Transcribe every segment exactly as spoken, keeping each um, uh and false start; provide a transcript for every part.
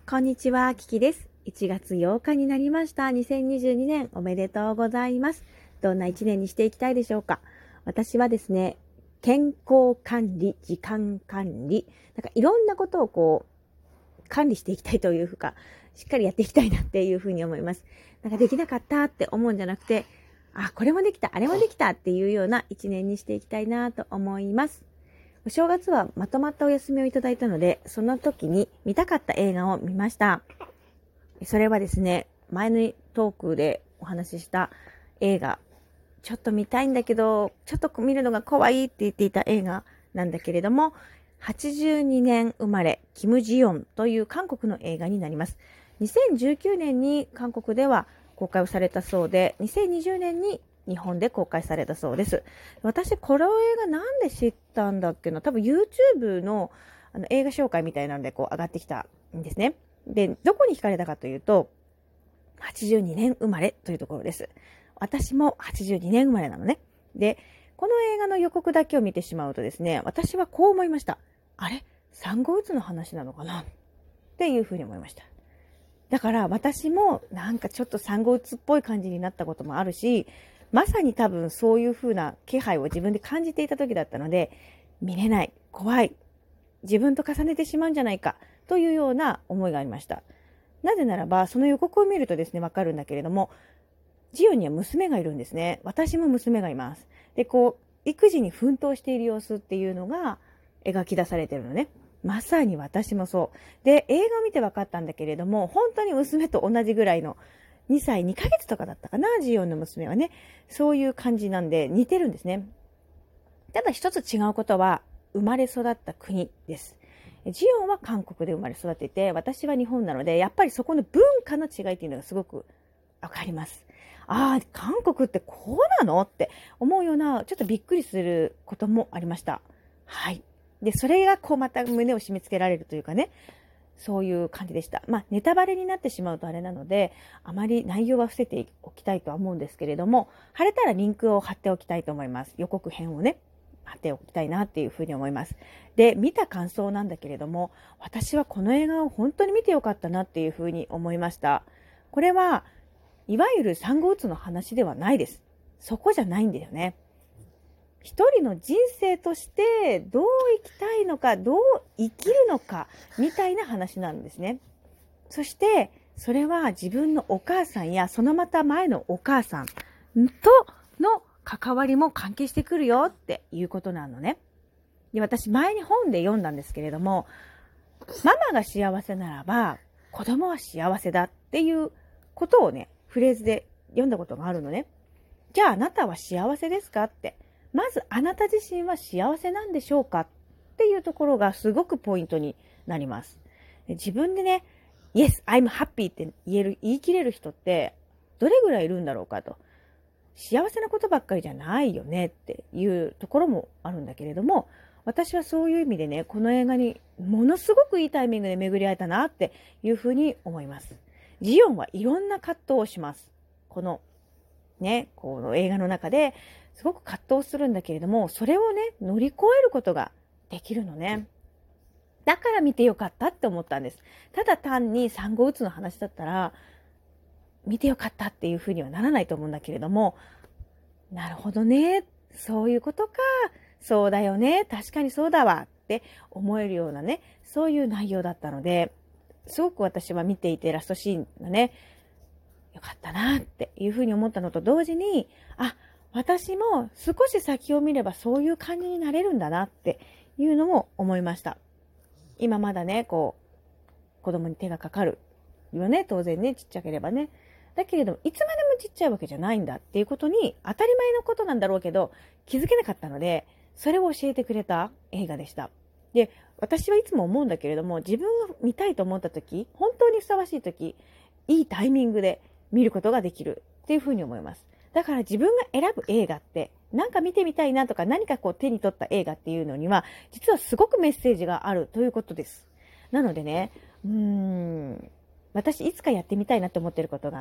こんにちは、キキです。いちがつようかになりました。にせんにじゅうにねんおめでとうございます。どんないちねんにしていきたいでしょうか。私はですね、健康管理、時間管理、なんかいろんなことをこう、管理していきたいというか、しっかりやっていきたいなっていうふうに思います。なんかできなかったって思うんじゃなくて、あ、これもできた、あれもできたっていうようないちねんにしていきたいなと思います。お正月はまとまったお休みをいただいたので、その時に見たかった映画を見ました。それはですね、前のトークでお話しした映画、ちょっと見たいんだけど、ちょっと見るのが怖いって言っていた映画なんだけれども、はちじゅうにねん生まれ、キム・ジヨンという韓国の映画になります。にせんじゅうきゅうねんに韓国では公開をされたそうで、にせんにじゅうねんに日本で公開されたそうです。私、この映画なんで知ったんだっけな、多分 YouTube の, あの映画紹介みたいなのでこう上がってきたんですね。で、どこに惹かれたかというと、はちじゅうにねん生まれというところです。私もはちじゅうにねん生まれなのね。で、この映画の予告だけを見てしまうとですね、私はこう思いました。あれ産後うつの話なのかなっていうふうに思いました。だから私もなんかちょっと産後うつっぽい感じになったこともあるし、まさに多分そういう風な気配を自分で感じていた時だったので、見れない、怖い、自分と重ねてしまうんじゃないかというような思いがありました。なぜならば、その予告を見るとですね、わかるんだけれども、ジオンには娘がいるんですね。私も娘がいます。で、こう、育児に奮闘している様子っていうのが描き出されているのね。まさに私もそう。で、映画を見てわかったんだけれども、本当に娘と同じぐらいのにさいにかげつとかだったかな、ジオンの娘はね。そういう感じなんで似てるんですね。ただ一つ違うことは、生まれ育った国です。ジオンは韓国で生まれ育っていて、私は日本なので、やっぱりそこの文化の違いっていうのがすごくわかります。ああ、韓国ってこうなのって思うような、ちょっとびっくりすることもありました。はい。で、それがこうまた胸を締め付けられるというかね、そういう感じでした。まあ、ネタバレになってしまうとあれなので、あまり内容は伏せておきたいとは思うんですけれども、貼れたらリンクを貼っておきたいと思います。予告編をね、貼っておきたいなっていうふうに思います。で、見た感想なんだけれども、私はこの映画を本当に見てよかったなっていうふうに思いました。これは、いわゆる産後うつの話ではないです。そこじゃないんだよね。一人の人生としてどう生きたいのか、どう生きるのかみたいな話なんですね。そしてそれは自分のお母さんやそのまた前のお母さんとの関わりも関係してくるよっていうことなのね。で、私前に本で読んだんですけれども、ママが幸せならば子供は幸せだっていうことをね、フレーズで読んだことがあるのね。じゃああなたは幸せですかって。まずあなた自身は幸せなんでしょうかっていうところがすごくポイントになります。自分でね、Yes, I'm happy って言える、言い切れる人ってどれぐらいいるんだろうかと。幸せなことばっかりじゃないよねっていうところもあるんだけれども、私はそういう意味でね、この映画にものすごくいいタイミングで巡り合えたなっていうふうに思います。ジヨンはいろんな葛藤をします。このね、この映画の中ですごく葛藤するんだけれども、それをね、乗り越えることができるのね。だから見てよかったって思ったんです。ただ単に産後うつの話だったら、見てよかったっていうふうにはならないと思うんだけれども、なるほどね、そういうことか、そうだよね、確かにそうだわって思えるようなね、そういう内容だったので、すごく私は見ていてラストシーンがね、よかったなっていうふうに思ったのと同時に、あ、私も少し先を見ればそういう感じになれるんだなっていうのも思いました。今まだね、こう、子供に手がかかるよね、当然ね、ちっちゃければね。だけれども、いつまでもちっちゃいわけじゃないんだっていうことに当たり前のことなんだろうけど、気づけなかったので、それを教えてくれた映画でした。で、私はいつも思うんだけれども、自分が見たいと思った時、本当にふさわしい時、いいタイミングで見ることができるっていうふうに思います。だから自分が選ぶ映画って、なんか見てみたいなとか何かこう手に取った映画っていうのには、実はすごくメッセージがあるということです。なのでね、うーん、私いつかやってみたいなって思ってることがあって、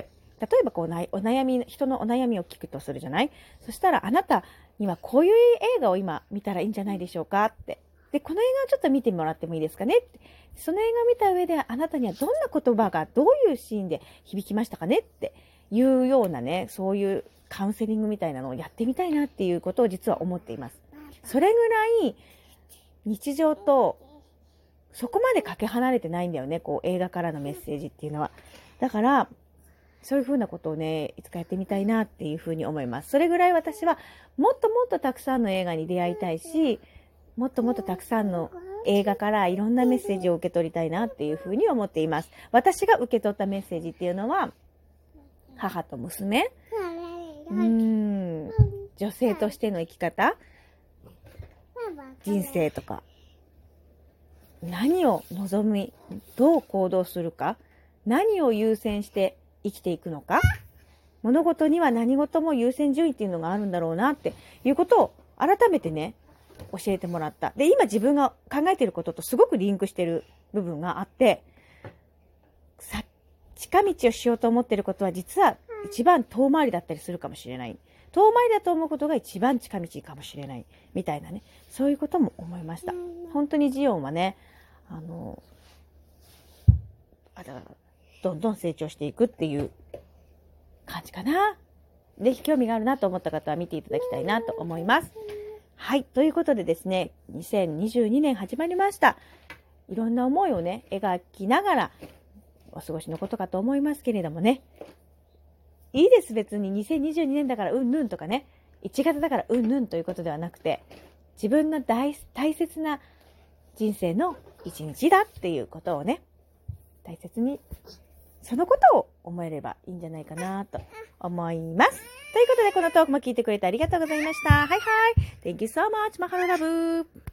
例えばこうお悩み、人のお悩みを聞くとするじゃない？そしたらあなたにはこういう映画を今見たらいいんじゃないでしょうかってで、この映画をちょっと見てもらってもいいですかねって。その映画を見た上で、あなたにはどんな言葉がどういうシーンで響きましたかねっていうようなね、そういうカウンセリングみたいなのをやってみたいなっていうことを実は思っています。それぐらい日常とそこまでかけ離れてないんだよね、こう映画からのメッセージっていうのは。だから、そういうふうなことをね、いつかやってみたいなっていうふうに思います。それぐらい私はもっともっとたくさんの映画に出会いたいし、もっともっとたくさんの映画からいろんなメッセージを受け取りたいなっていうふうに思っています。私が受け取ったメッセージっていうのは、母と娘、うーん、女性としての生き方、人生とか、何を望み、どう行動するか、何を優先して生きていくのか、物事には何事も優先順位っていうのがあるんだろうなっていうことを改めてね、教えてもらった。で、今自分が考えていることとすごくリンクしている部分があって、さ、近道をしようと思っていることは実は一番遠回りだったりするかもしれない。遠回りだと思うことが一番近道かもしれない。みたいなね。そういうことも思いました。本当にジオンはね、あの、あだどんどん成長していくっていう感じかな。ぜひ興味があるなと思った方は見ていただきたいなと思います。はい。ということでですね、にせんにじゅうにねん始まりました。いろんな思いをね、描きながらお過ごしのことかと思いますけれどもね。いいです。別ににせんにじゅうにねんだからうんぬんとかね、いちがつだからうんぬんということではなくて、自分の大、大切な人生の一日だっていうことをね、大切に、そのことを思えればいいんじゃないかなと思います。ということで、このトークも聞いてくれてありがとうございました。はいはい。Thank you so much. マハロラブ。